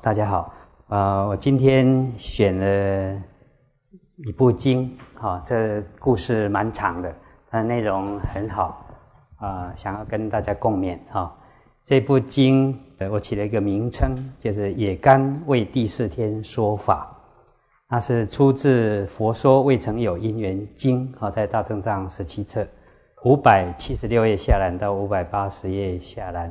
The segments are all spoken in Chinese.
大家好，我今天选了一部经，这故事蛮长的，但内容很好，想要跟大家共勉。这部经我起了一个名称，就是野干为第四天说法，它是出自《佛说未曾有因缘经》，在大正藏17册576页下栏到580页下栏。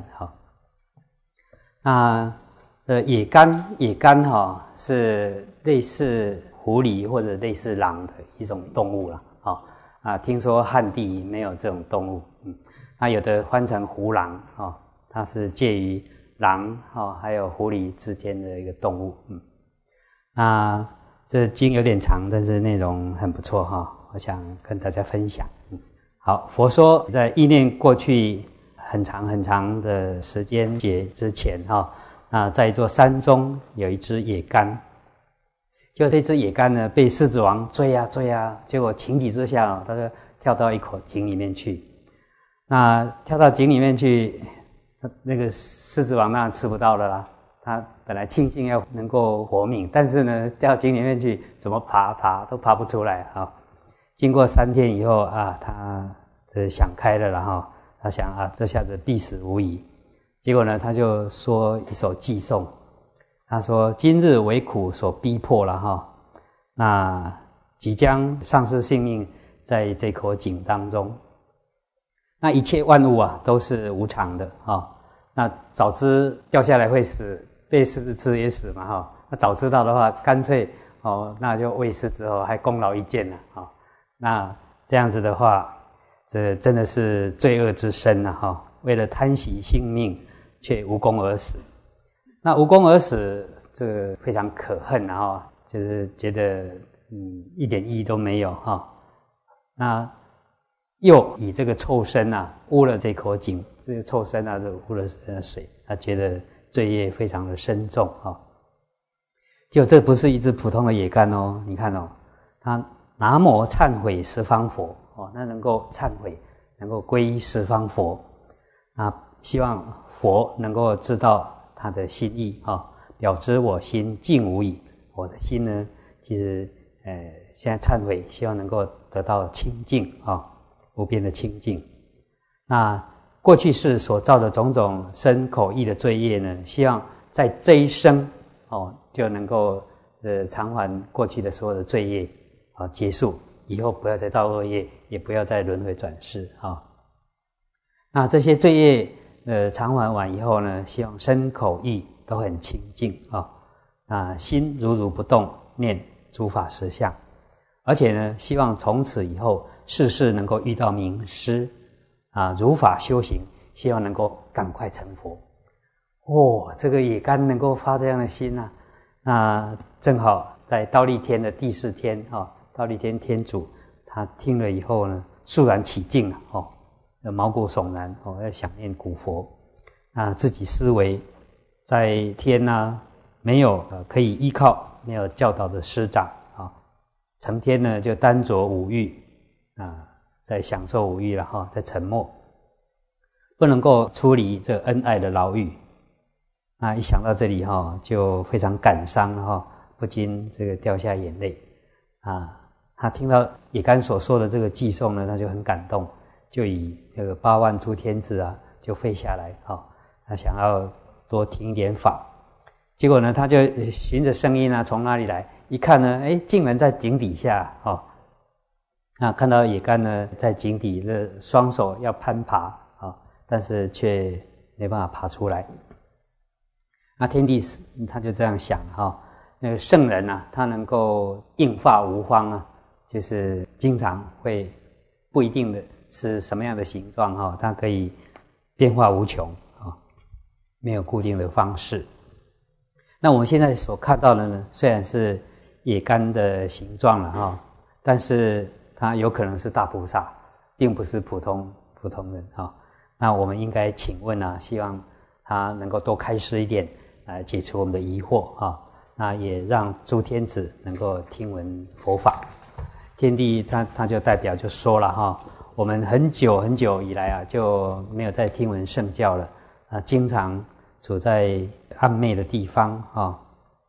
那野干是类似狐狸或者类似狼的一种动物啦。听说汉地没有这种动物，那有的翻成狐狼，它是介于狼还有狐狸之间的一个动物。那这经有点长，但是内容很不错我想跟大家分享。好，佛说在意念过去很长的时间节之前那在一座山中有一只野干，就这只野干呢被狮子王追啊，结果情急之下他就跳到一口井里面去。那跳到井里面去，那个狮子王当然吃不到了啦，他本来庆幸要能够活命，但是呢掉井里面去怎么爬都爬不出来。经过3天以后他想开了啦，他想这下子必死无疑。结果呢他就说一首偈颂，他说今日为苦所逼迫了那即将丧失性命在这口井当中。那一切万物都是无常的那早知掉下来会死，被狮子吃也死嘛那早知道的话干脆那就喂狮子还功劳一件了那这样子的话，这真的是罪恶之深为了贪惜性命却无功而死。那无功而死，这个非常可恨就是觉得一点意义都没有那又以这个臭身污了这口井，这个臭身就污了水，他觉得罪业非常的深重就这不是一只普通的野干你看他南无忏悔十方佛那能够忏悔，能够皈依十方佛，那希望佛能够知道他的心意表知我心净无已。我的心呢其实现在忏悔，希望能够得到清净无边的清净。那过去世所造的种种身口意的罪业呢，希望在这一生就能够偿还过去的所有的罪业结束，以后不要再造恶业，也不要再轮回转世那这些罪业偿还完以后呢，希望身口意都很清净那心如不动，念诸法实相，而且呢希望从此以后世世能够遇到名师如法修行，希望能够赶快成佛。这个野干能够发这样的心那正好在忉利天的第4天忉利天天主他听了以后呢，肃然起敬毛骨悚然要想念古佛。那自己思维在天没有可以依靠，没有教导的师长成天呢就单着五欲在享受五欲了在沉默，不能够出离这恩爱的牢狱。那一想到这里就非常感伤不禁这个掉下眼泪他听到野干所说的这个偈颂呢，他就很感动，就以那个8万诸天子就飞下来他想要多听一点法。结果呢他就循着声音从哪里来，一看呢竟然在井底下那看到野干呢在井底的双手要攀爬但是却没办法爬出来。那天帝他就这样想那个圣人他能够应化无方就是经常会不一定的是什么样的形状它可以变化无穷没有固定的方式。那我们现在所看到的呢，虽然是野干的形状了但是它有可能是大菩萨，并不是普通人那我们应该请问希望他能够多开示一点来解除我们的疑惑那也让诸天子能够听闻佛法。天帝他就代表就说了我们很久以来就没有再听闻圣教了经常处在暗昧的地方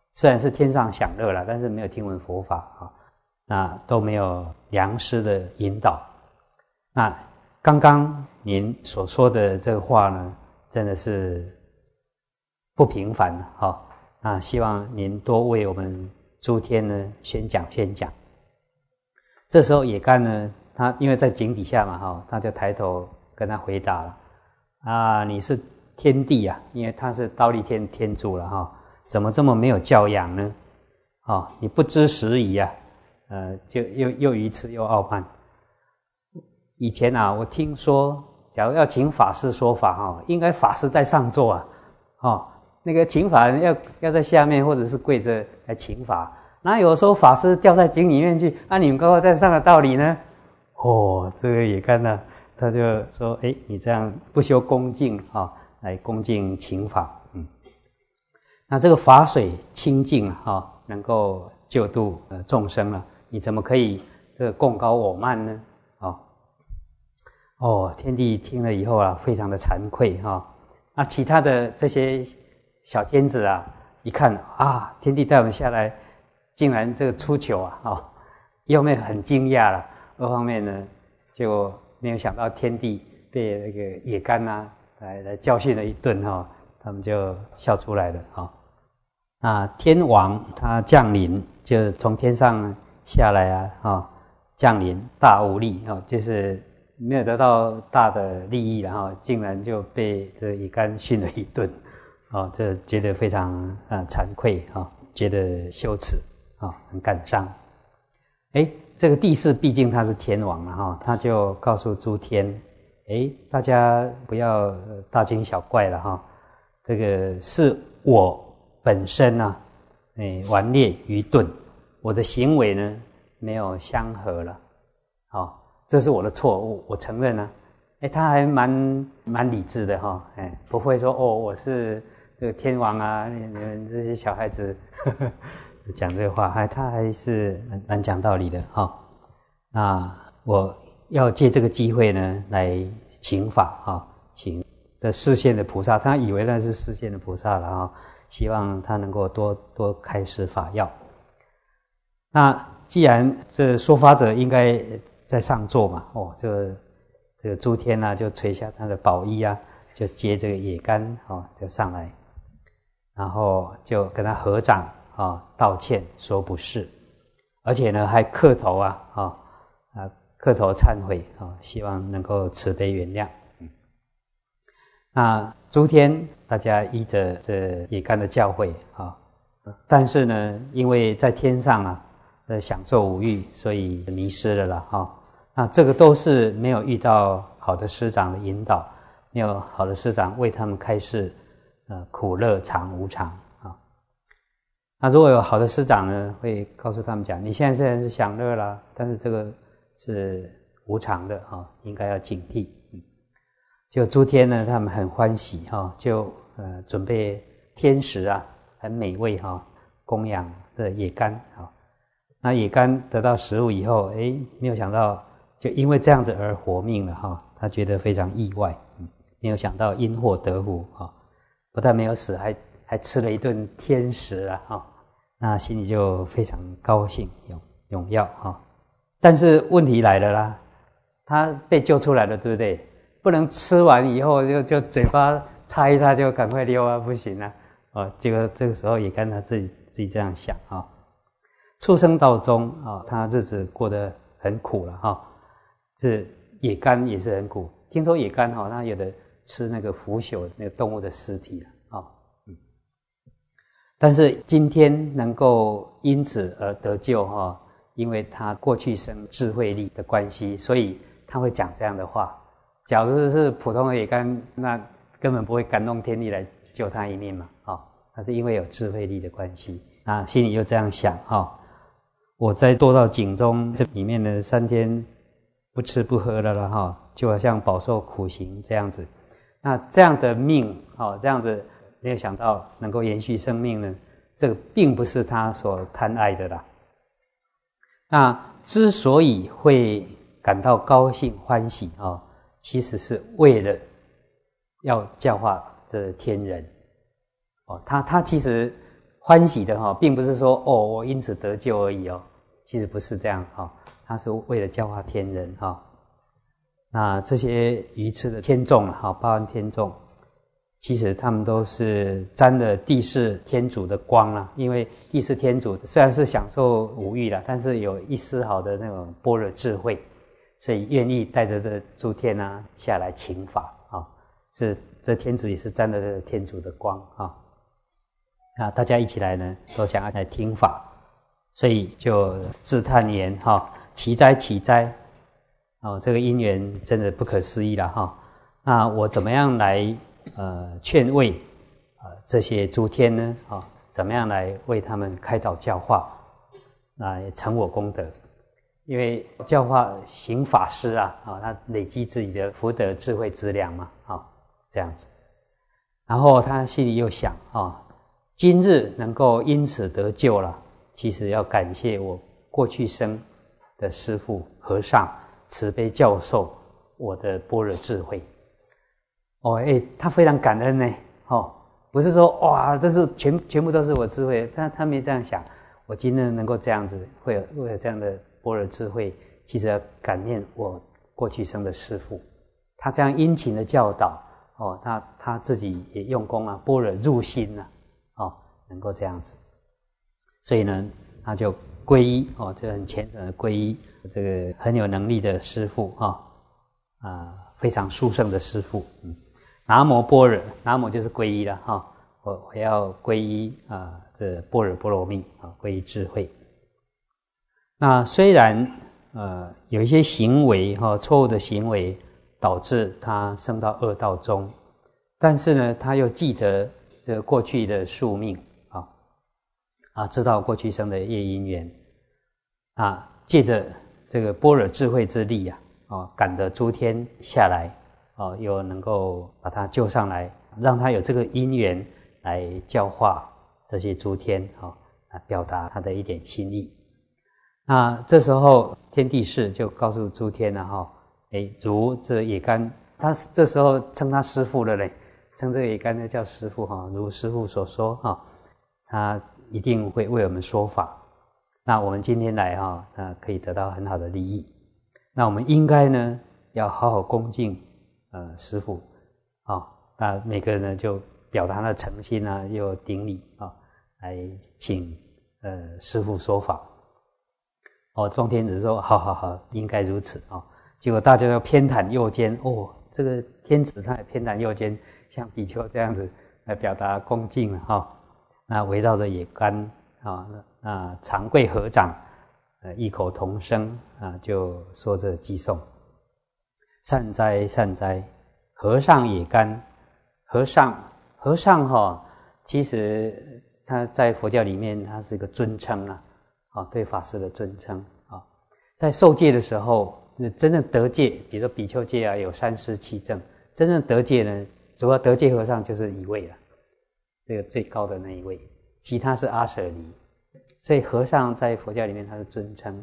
虽然是天上享乐了，但是没有听闻佛法啊，那都没有良师的引导。那刚刚您所说的这个话呢，真的是不平凡的哈。那希望您多为我们诸天呢宣讲。这时候也干呢，他因为在井底下嘛哈，他就抬头跟他回答了啊，你是天帝啊，因为他是忉利天天主了哈，怎么这么没有教养呢？你不知时宜啊，就又愚痴又傲慢。以前啊，我听说，假如要请法师说法哈，应该法师在上座啊，那个请法人要在下面或者是跪着来请法。那有时候法师掉在井里面去，你们高高在上的道理呢？这个也干了，他就说，你这样不修恭敬啊，来恭敬请法。那这个法水清净啊，能够救度众生了，你怎么可以这个贡高我慢呢？天帝听了以后啊，非常的惭愧哈。那其他的这些小天子啊，一看啊，天帝带我们下来，竟然这个出糗啊，一方面很惊讶了，二方面呢，就没有想到天帝被那个也干来教训了一顿哈，他们就笑出来了哈。那天王他降临，就从天上下来降临大无力就是没有得到大的利益，然后竟然就被这也干训了一顿这觉得非常惭愧觉得羞耻很感伤。这个帝释毕竟他是天王了他就告诉诸天，大家不要大惊小怪了这个是我本身顽劣愚钝，我的行为呢没有相合了这是我的错误，我承认他还蛮理智的不会说我是这个天王你们这些小孩子讲这个话，他还是蛮讲道理的那我要借这个机会呢来请法请这示现的菩萨，他以为那是示现的菩萨了希望他能够多开示法要。那既然这说法者应该在上座嘛，这个诸天就垂下他的宝衣就接这个也干就上来，然后就跟他合掌道歉说不是，而且呢还磕头磕头忏悔希望能够慈悲原谅。那诸天大家依着这也干的教诲但是呢，因为在天上享受五欲，所以迷失了啦那这个都是没有遇到好的师长的引导，没有好的师长为他们开示苦乐常无常那如果有好的师长呢，会告诉他们讲，你现在虽然是享乐啦，但是这个是无常的应该要警惕。就诸天呢，他们很欢喜就准备天食很美味供养的也干那也干得到食物以后，没有想到就因为这样子而活命了他觉得非常意外，没有想到因祸得福不但没有死，还吃了一顿天食那心里就非常高兴踊跃但是问题来了啦，他被救出来了，对不对？不能吃完以后就嘴巴擦一擦就赶快溜不行结果这个时候也干他自己这样想畜生道中他日子过得很苦了这也干也是很苦。听说也干他有的吃那个腐朽那个动物的尸体但是今天能够因此而得救因为他过去生智慧力的关系，所以他会讲这样的话。假如是普通的也干，那根本不会感动天力来救他一命嘛他是因为有智慧力的关系，那心里就这样想我再堕到井中，这里面的3天不吃不喝的了就好像饱受苦刑这样子。那这样的命这样子没有想到能够延续生命呢，这个并不是他所贪爱的啦。那之所以会感到高兴欢喜其实是为了要教化这天人他其实欢喜的哈，并不是说哦我因此得救而已哦，其实不是这样哈，他是为了教化天人哈。那这些愚痴的天众哈，八万天众，其实他们都是沾了第四天主的光啦。因为第四天主虽然是享受五欲啦，但是有一丝毫的那种般若智慧，所以愿意带着这诸天啊下来请法啊。是这天子也是沾了这天主的光啊。那大家一起来呢，都想要来听法，所以就自叹言哈：奇哉奇哉！哦，这个因缘真的不可思议了哈。那我怎么样来劝慰这些诸天呢？怎么样来为他们开导教化，来成我功德？因为教化行法师他累积自己的福德智慧资粮嘛，这样子。然后他心里又想今日能够因此得救了，其实要感谢我过去生的师父和尚慈悲教授我的般若智慧。他非常感恩呢，不是说哇，这是全部都是我智慧，他没这样想。我今天能够这样子，会有这样的般若智慧，其实要感念我过去生的师父，他这样殷勤的教导，他自己也用功般若入心能够这样子，所以呢，他就皈依这个很虔诚的皈依这个很有能力的师父非常殊胜的师父。南无般若，南无就是皈依了我要皈依这般若波罗蜜皈依智慧。那虽然有一些行为错误的行为导致他升到恶道中，但是呢，他又记得这个过去的宿命知道过去生的业因缘借着这个般若智慧之力感得诸天下来又能够把他救上来，让他有这个因缘来教化这些诸天表达他的一点心意。那这时候天帝释就告诉诸天如这也干，他这时候称他师父了嘞，称这个也干叫师父如师父所说他一定会为我们说法。那我们今天来可以得到很好的利益。那我们应该呢要好好恭敬师父那每个人呢就表达他的诚心又顶礼来请师父说法。众天子说好，应该如此结果大家都偏袒右肩这个天子他也偏袒右肩，像比丘这样子来表达恭敬了那围绕着也干那长贵合掌异口同声就说着偈颂：善哉善哉，和尚也干。和尚其实他在佛教里面他是一个尊称对法师的尊称在受戒的时候，真正得戒，比如说比丘戒有三施七正，真正得戒呢，主要得戒和尚就是一位了，这个最高的那一位，其他是阿舍离。所以和尚在佛教里面他是尊称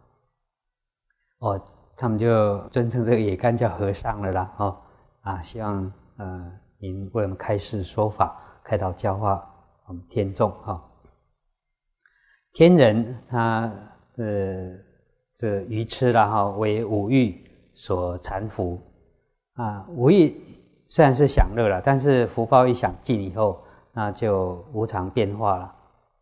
他们就尊称这个也干叫和尚了啦希望您为我们开示说法，开导教化我们天众天人他这愚痴啦为五欲所缠缚五欲虽然是享乐了，但是福报一享尽以后，那就无常变化了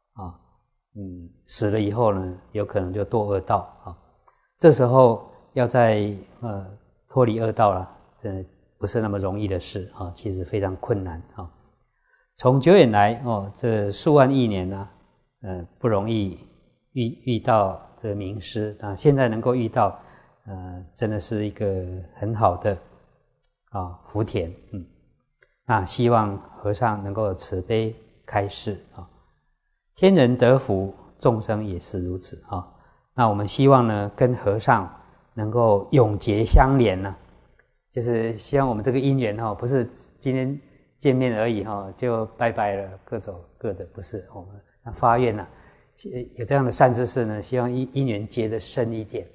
死了以后呢，有可能就堕恶道这时候要再脱离恶道了，这不是那么容易的事其实非常困难从久远来这数万亿年不容易遇到这个名师现在能够遇到真的是一个很好的福田那希望和尚能够慈悲开示天人得福，众生也是如此那我们希望呢跟和尚能够永结相连就是希望我们这个因缘不是今天见面而已就拜拜了，各走各的，不是我们发愿有这样的善知识呢，希望因缘结得深一点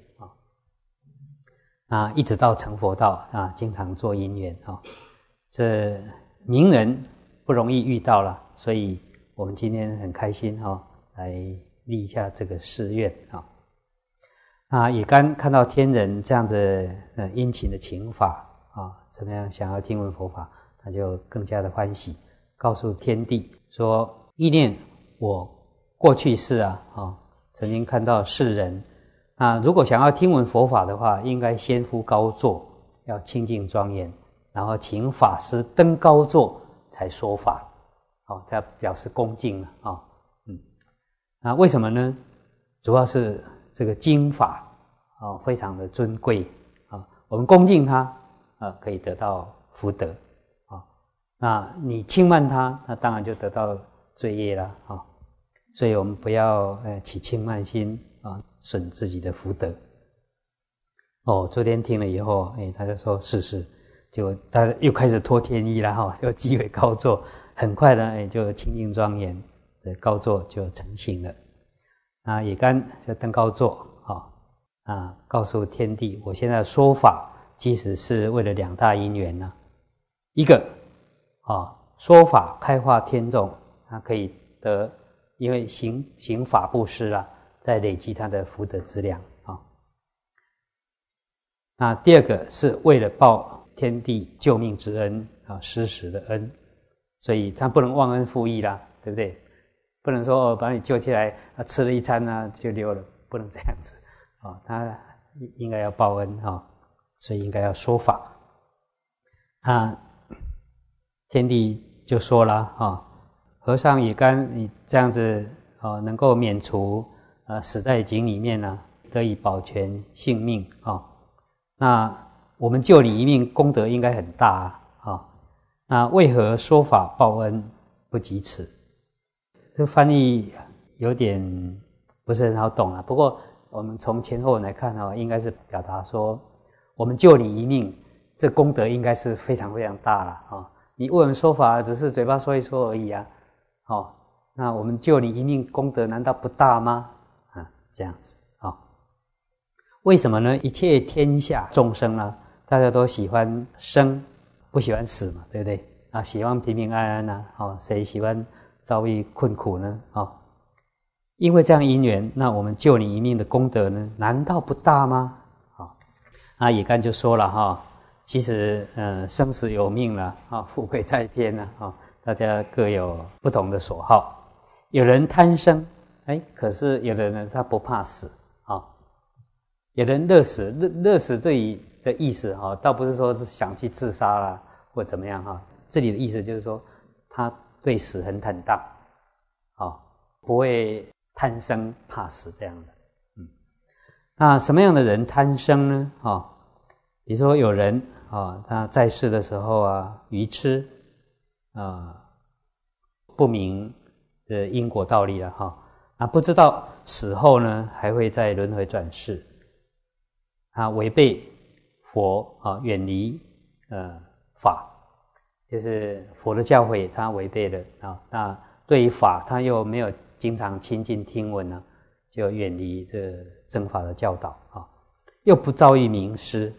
一直到成佛道经常做因缘这名人不容易遇到了，所以我们今天很开心来立一下这个誓愿那乙干看到天人这样子殷勤的请法怎么样想要听闻佛法，他就更加的欢喜，告诉天帝说：意念我过去世曾经看到世人如果想要听闻佛法的话，应该先敷高座，要清净庄严，然后请法师登高座才说法这样表示恭敬那为什么呢？主要是这个经法非常的尊贵我们恭敬它可以得到福德那你轻慢它，那当然就得到罪业了所以我们不要起轻慢心损自己的福德昨天听了以后他就说是，就他又开始脱天衣了又积为高座，很快呢就清净庄严的高座就成型了。那乙干就登高座告诉天帝，我现在说法其实是为了2大因缘一个说法开化天众，他可以得，因为行法布施再累积他的福德资粮那第二个是为了报天地救命之恩施食的恩，所以他不能忘恩负义啦，对不对？不能说把你救起来吃了一餐就溜了，不能这样子他应该要报恩所以应该要说法天帝就说了和尚乙干，你这样子能够免除死在井里面得以保全性命那我们救你一命，功德应该很大那为何说法报恩不及此？这翻译有点不是很好懂不过我们从前后文来看应该是表达说，我们救你一命，这功德应该是非常非常大了你为我们说法只是嘴巴说一说而已那我们救你一命，功德难道不大吗？这样子为什么呢？一切天下众生大家都喜欢生，不喜欢死嘛，对不对喜欢平平安安谁喜欢遭遇困苦呢因为这样因缘，那我们救你一命的功德呢，难道不大吗？乙干就说了其实生死有命了富贵在天大家各有不同的所好，有人贪生可是有的人他不怕死有人乐死，乐死这里的意思倒不是说是想去自杀啦或怎么样这里的意思就是说他对死很坦荡不会贪生怕死这样的那什么样的人贪生呢比如说有人他在世的时候愚痴不明的因果道理不知道死后呢还会再轮回转世违背佛远离法，就是佛的教诲他违背了那对于法他又没有经常亲近听闻就远离这正法的教导又不遭遇名师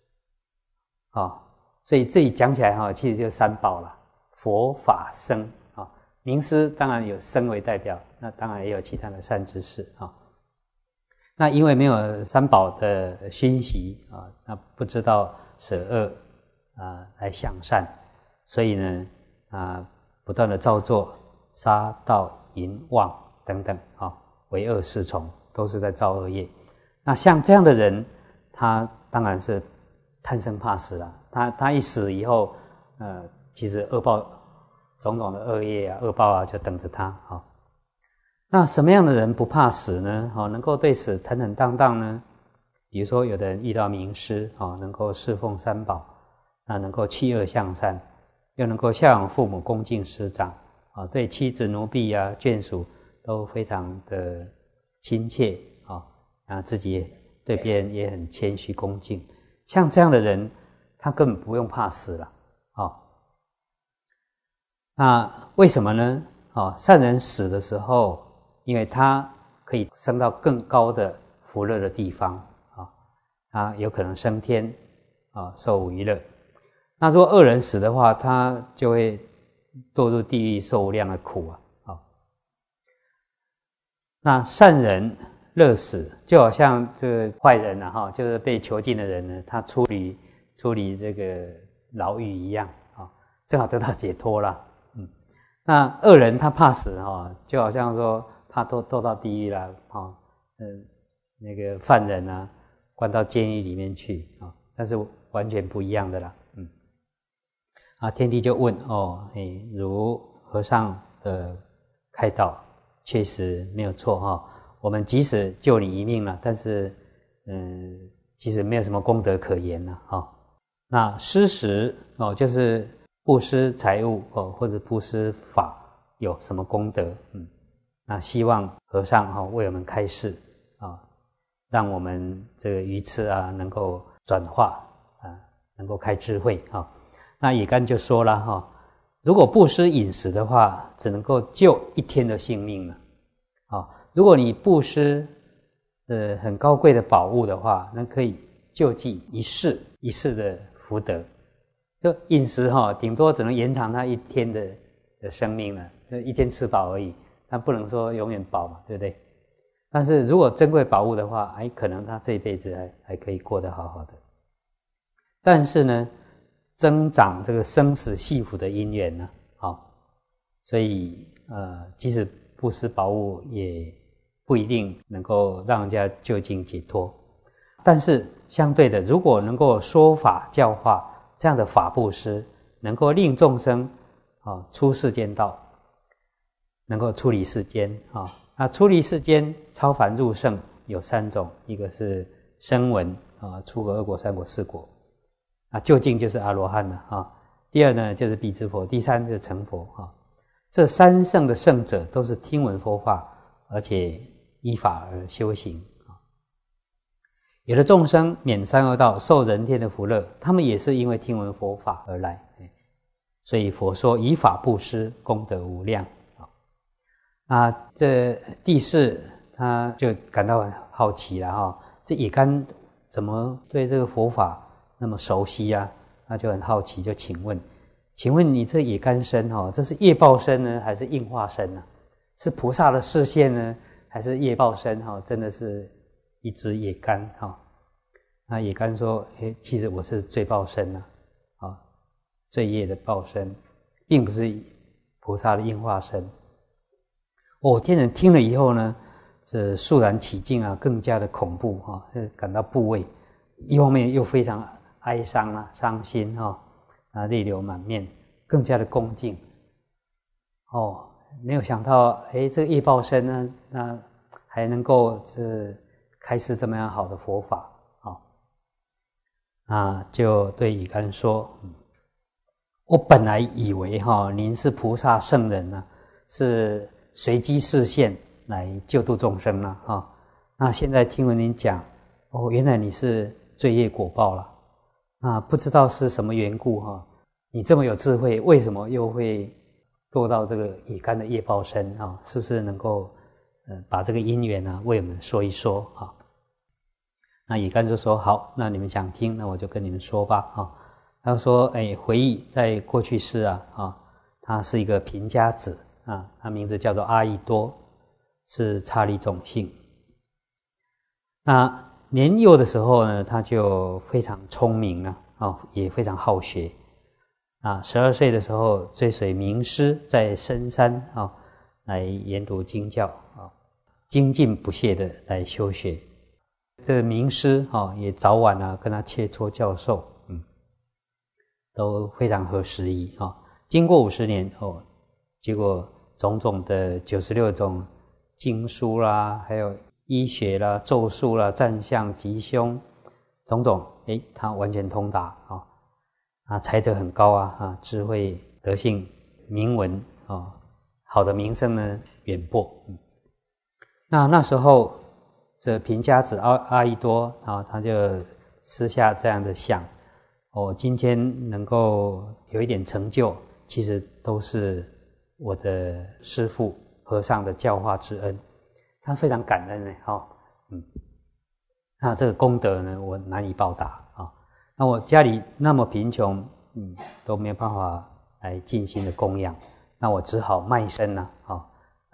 所以这里讲起来其实就三宝了，佛法僧名师当然有僧为代表，那当然也有其他的善知识那因为没有三宝的熏习那不知道舍恶来向善，所以呢不断的造作杀盗淫妄等等为恶侍从，都是在造恶业。那像这样的人，他当然是贪生怕死了。他一死以后其实恶报种种的恶业恶报就等着他那什么样的人不怕死呢？能够对死坦坦荡荡呢？比如说有的人遇到名师能够侍奉三宝，那能够弃恶向善，又能够孝养父母，恭敬师长对妻子奴婢眷属都非常的亲切自己对别人也很谦虚恭敬。像这样的人，他根本不用怕死了那为什么呢？善人死的时候，因为他可以升到更高的福乐的地方他有可能升天受无余乐。那如果恶人死的话，他就会堕入地狱受无量的苦那善人乐死，就好像这个坏人啊，就是被囚禁的人呢，他出离这个牢狱一样啊，正好得到解脱了。那恶人他怕死就好像说怕堕到地狱了那个犯人啊，关到监狱里面去但是完全不一样的啦。天帝就问如和尚的开导确实没有错我们即使救你一命了，但是其实没有什么功德可言了那施食就是布施财物或者布施法有什么功德？那希望和尚为我们开示让我们这个愚痴能够转化能够开智慧那乙干就说了如果布施饮食的话，只能够救一天的性命了如果你布施很高贵的宝物的话，那可以救济一世的福德。就饮食顶多只能延长他一天的生命了，就一天吃饱而已，他不能说永远饱嘛，对不对？但是如果珍贵宝物的话，可能他这一辈子还可以过得好好的。但是呢，增长这个生死系缚的因缘呢，所以即使布施宝物，也不一定能够让人家究竟解脱。但是相对的，如果能够说法教化，这样的法布施能够令众生出世间道，能够出离世间那出离世间超凡入圣有3种，一个是声闻出果、二果、三果、四果究竟就是阿罗汉了第二呢就是辟支佛，第三就是成佛这3圣的圣者都是听闻佛法，而且依法而修行有的众生免三恶道，受人天的福乐，他们也是因为听闻佛法而来所以佛说以法布施，功德无量这第4他就感到很好奇了这乙干怎么对这个佛法那么熟悉他就很好奇，就请问你这乙干身这是业报身呢，还是应化身呢？是菩萨的示现呢，还是业报身真的是一只乙干那乙干说其实我是罪报身罪业的报身，并不是菩萨的应化身天人听了以后呢，这肃然起敬更加的恐怖感到怖畏，一方面又非常哀伤伤心泪流满面，更加的恭敬没有想到这个业报身呢，那还能够开示这么样好的佛法就对乙干说我本来以为您是菩萨圣人是随机示现来救度众生了那现在听闻您讲原来你是罪业果报了不知道是什么缘故你这么有智慧，为什么又会堕到这个乙干的业报身是不是能够把这个因缘为我们说一说那乙干就说好，那你们想听，那我就跟你们说吧他就说回忆在过去世他是一个贫家子他名字叫做阿逸多，是刹利种姓。那年幼的时候呢，他就非常聪明了也非常好学12岁的时候追随名师在深山来研读经教精进不懈的来修学。这个名师也早晚跟他切磋教授都非常合时宜经过50年结果种种的96种经书啦，还有医学啦、咒术啦、占相、吉凶种种他完全通达才德很高智慧德性名闻好的名声呢远播那时候这贫家子阿逸多他就私下这样的想今天能够有一点成就，其实都是我的师父和尚的教化之恩，他非常感恩那这个功德呢，我难以报答那我家里那么贫穷都没有办法来尽心的供养，那我只好卖身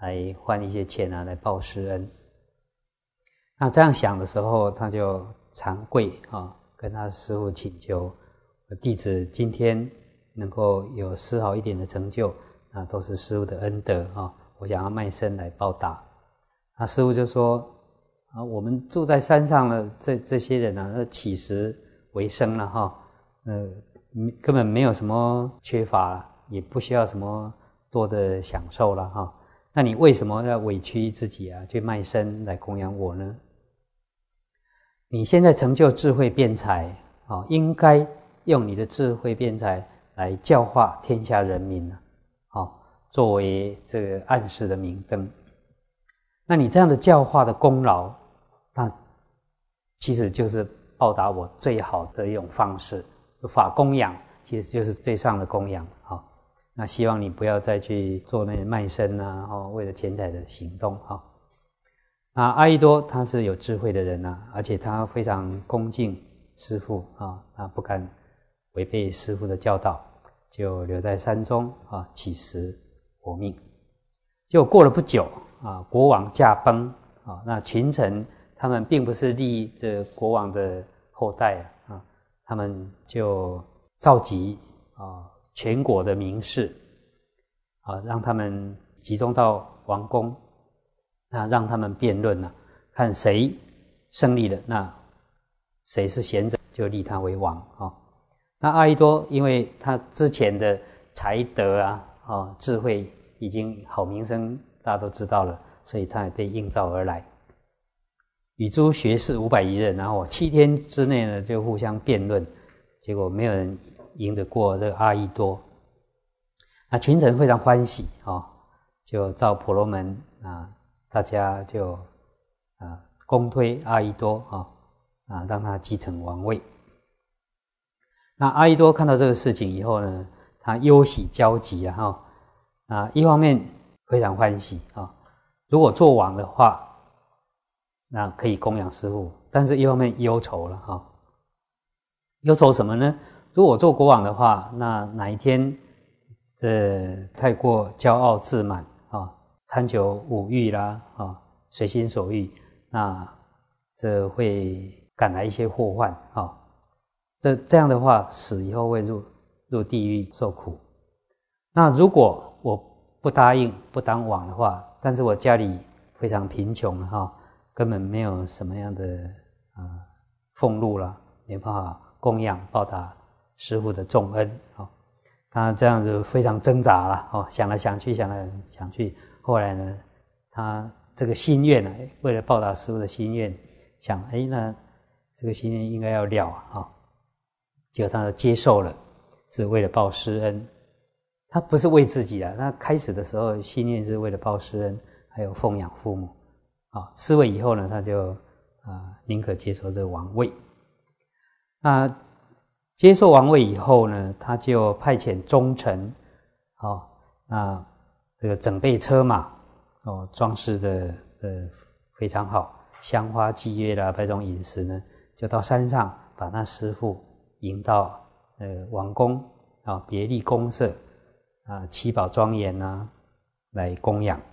来换一些钱啊，来报师恩。那这样想的时候，他就长跪啊，跟他师父请求，弟子今天能够有丝毫一点的成就，那都是师父的恩德啊，我想要卖身来报答。那师父就说啊，我们住在山上的这些人啊，乞食为生了哈，根本没有什么缺乏，也不需要什么多的享受了哈。那你为什么要委屈自己啊，去卖身来供养我呢？你现在成就智慧辩才啊，应该用你的智慧辩才来教化天下人民啊，作为这个暗示的明灯。那你这样的教化的功劳，那其实就是报答我最好的一种方式。法供养其实就是最上的供养啊。那希望你不要再去做那卖身啊，为了钱财的行动啊。那阿逸多他是有智慧的人啊，而且他非常恭敬师父啊，他不敢违背师父的教导，就留在山中啊，乞食活命。结果过了不久啊，国王驾崩啊，那群臣他们并不是立这国王的后代啊，他们就召集啊全国的名士啊，让他们集中到王宫。那让他们辩论了，看谁胜利了，那谁是贤者，就立他为王啊。那阿逸多因为他之前的才德啊，智慧已经好名声大家都知道了，所以他也被应召而来，与诸学士501人，然后7天之内呢就互相辩论，结果没有人赢得过这个阿逸多。那群臣非常欢喜啊，就召婆罗门啊。大家就公推阿逸多啊，让他继承王位。那阿逸多看到这个事情以后呢，他忧喜交集啊，一方面非常欢喜啊，如果做王的话，那可以供养师父，但是一方面忧愁了哈。忧愁什么呢？如果我做国王的话，那哪一天这太过骄傲自满啊，贪求五欲啦，随心所欲，那这会赶来一些祸患啊。这样的话，死以后会入地狱受苦。那如果我不答应不当王的话，但是我家里非常贫穷根本没有什么样的俸禄啦，没办法供养报答师父的重恩他这样子非常挣扎了想来想去，后来呢，他这个心愿为了报答师父的心愿，想那这个心愿应该要了结果他接受了，是为了报师恩。他不是为自己他开始的时候心愿是为了报师恩，还有奉养父母嗣位以后呢，他就宁可接受这个王位。那接受王位以后呢，他就派遣忠臣那这个整备车马装饰的非常好，香花祭乐啦，百种饮食呢，就到山上把他师父迎到王宫别立宫舍七宝庄严来供养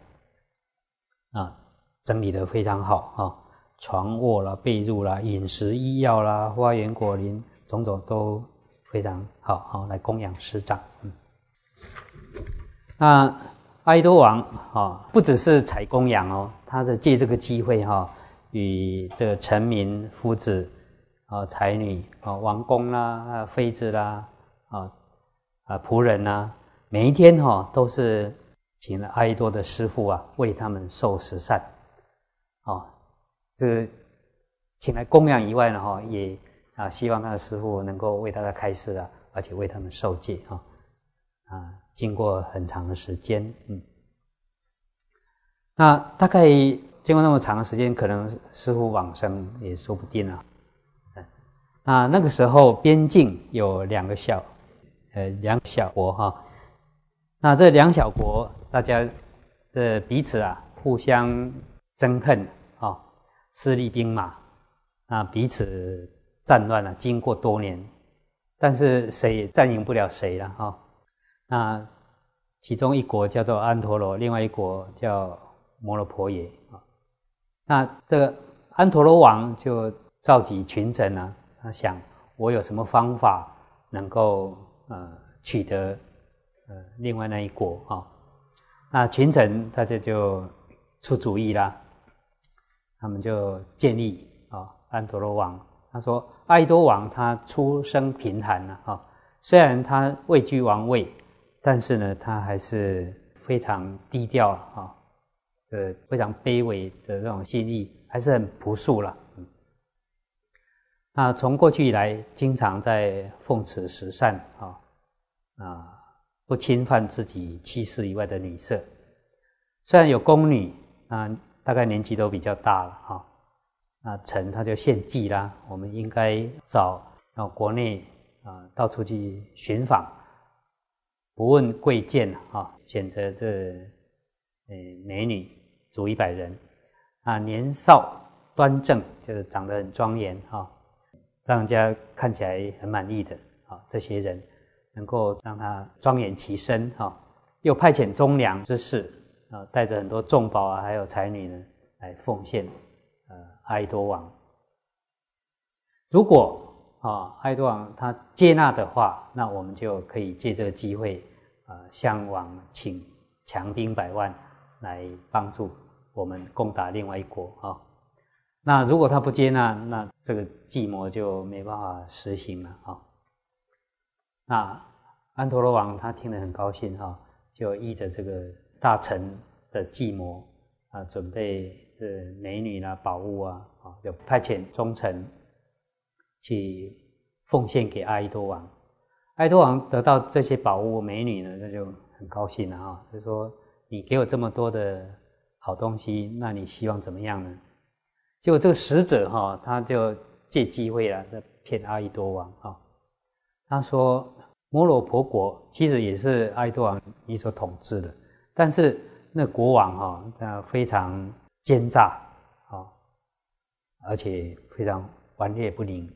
整理得非常好床卧啦、被褥啦、饮食医药啦、花园果林种种都非常好来供养师长。那阿逸多王不只是采供养他是借这个机会与这个臣民夫子才女王公啦、妃子啦仆人每一天都是请了阿逸多的师父为他们受食善这个请来供养以外呢也希望他的师父能够为大家开示而且为他们受戒经过很长的时间那大概经过那么长的时间，可能师父往生也说不定那个时候边境有两个小国那这两小国大家这彼此互相憎恨势力兵马彼此战乱经过多年，但是谁也战赢不了谁了那其中一国叫做安陀罗，另外一国叫摩罗婆耶啊。那这个安陀罗王就召集群臣啊，他想我有什么方法能够取得另外那一国啊？那群臣大家就出主意啦，他们就建议安陀罗王，他说阿逸多王他出生贫寒虽然他位居王位，但是呢他还是非常低调非常卑微的这种心意，还是很朴素啦。那从过去以来，经常在奉持十善不侵犯自己妻室以外的女色。虽然有宫女，大概年纪都比较大了那臣他就献计啦，我们应该找国内到处去寻访，不问贵贱选择这美女足100人年少端正，就是长得很庄严让人家看起来很满意的这些人，能够让他庄严其身又派遣忠良之士带着很多重宝还有才女呢来奉献阿逸多王。如果阿逸多王他接纳的话，那我们就可以借这个机会向王请强兵100万来帮助我们攻打另外一国那如果他不接纳，那这个计谋就没办法实行了那安陀罗王他听得很高兴就依着这个大臣的计谋准备美女宝物就派遣忠臣去奉献给阿逸多王。阿逸多王得到这些宝物美女呢，那就很高兴了就说你给我这么多的好东西，那你希望怎么样呢？结果这个使者他就借机会在骗阿逸多王他说摩罗婆国其实也是阿逸多王你所统治的，但是那国王非常奸诈而且非常顽劣不灵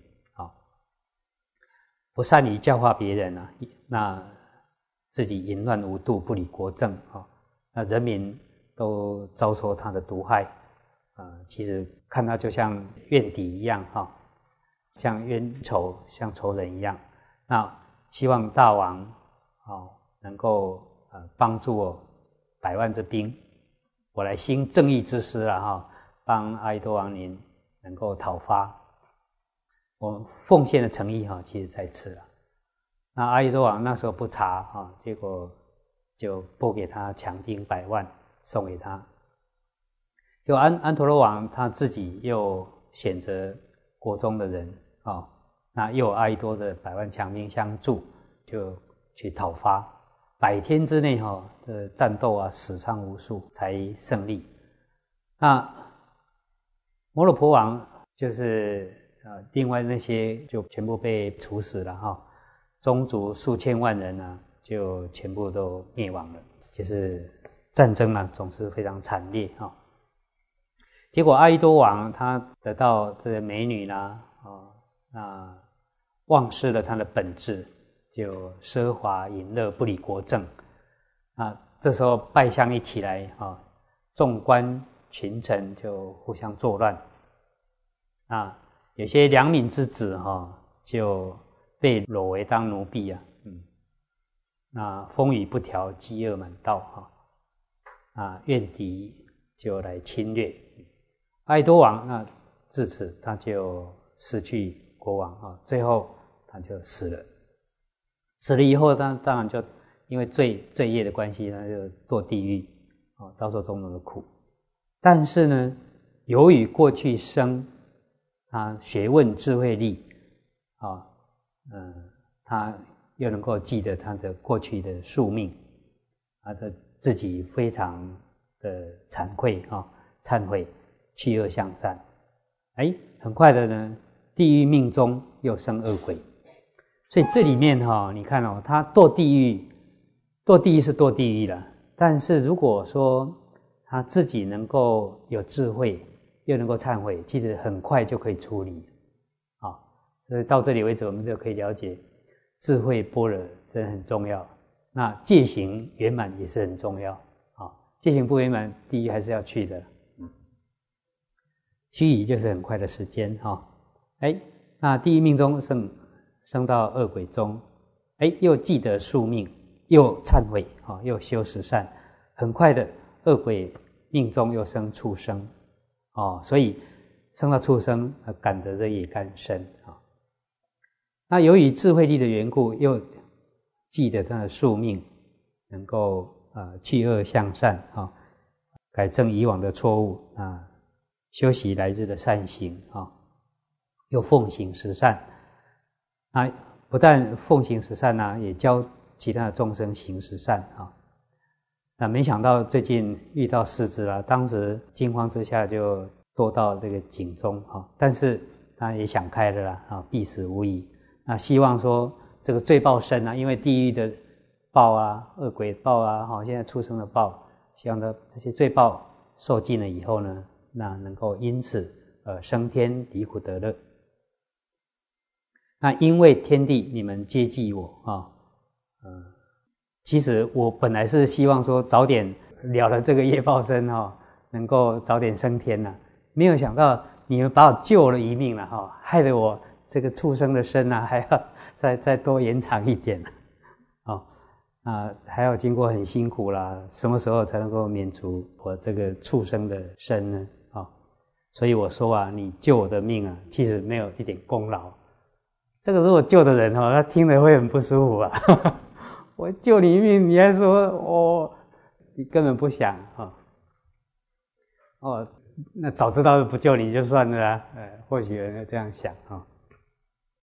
不善于教化别人那自己淫乱无度，不理国政那人民都遭受他的毒害其实看他就像怨敌一样像冤仇，像仇人一样。那希望大王能够帮助我100万之兵，我来兴正义之师帮阿逸多王您能够讨伐。我奉献的诚意其实在此了。那阿逸多王那时候不查结果就拨给他强兵100万送给他。就安陀罗王他自己又选择国中的人那又有阿逸多的100万强兵相助，就去讨伐。100天之内的战斗死伤无数才胜利。那摩罗婆王就是另外那些就全部被处死了宗族数千万人就全部都灭亡了。就是战争总是非常惨烈结果阿逸多王他得到这个美女那忘失了他的本质，就奢华淫乐，不理国政这时候败相一起来众官群臣就互相作乱有些良民之子就被掳为当奴婢那风雨不调，饥饿满道怨敌就来侵略。阿逸多王那自此他就失去国王最后他就死了。死了以后他当然就因为罪业的关系，他就堕地狱遭受种种的苦。但是呢，由于过去生他学问智慧力他又能够记得他的过去的宿命他的自己非常的惭愧忏悔，去恶向善。很快的呢，地狱命中又生恶鬼。所以这里面你看他堕地狱是堕地狱了，但是如果说他自己能够有智慧，又能够忏悔，其实很快就可以处理所以到这里为止，我们就可以了解智慧般若真的很重要。 那戒行圆满也是很重要啊。戒行不圆满，地狱还是要去的。须臾就是很快的时间哈。那地狱命中升到恶鬼中，又记得宿命，又忏悔又修十善，很快的恶鬼命中又生畜生所以升到畜生感得这业干深那由于智慧力的缘故，又记得他的宿命，能够去恶向善改正以往的错误修习来日的善行又奉行十善不但奉行十善也教其他的众生行十善那没想到最近遇到狮子了，当时惊慌之下就堕到这个井中但是他也想开了啦必死无疑。那希望说这个罪报深因为地狱的报恶鬼报现在畜生的报，希望他这些罪报受尽了以后呢，那能够因此升天离苦得乐。那因为天地你们接济我其实我本来是希望说早点了了这个业报身能够早点升天没有想到你们把我救了一命了害得我这个畜生的身还要再多延长一点还要经过很辛苦啦，什么时候才能够免除我这个畜生的身呢所以我说你救我的命其实没有一点功劳。这个如果救的人他听了会很不舒服我救你一命，你还说你根本不想那早知道不救你就算了或许有人这样想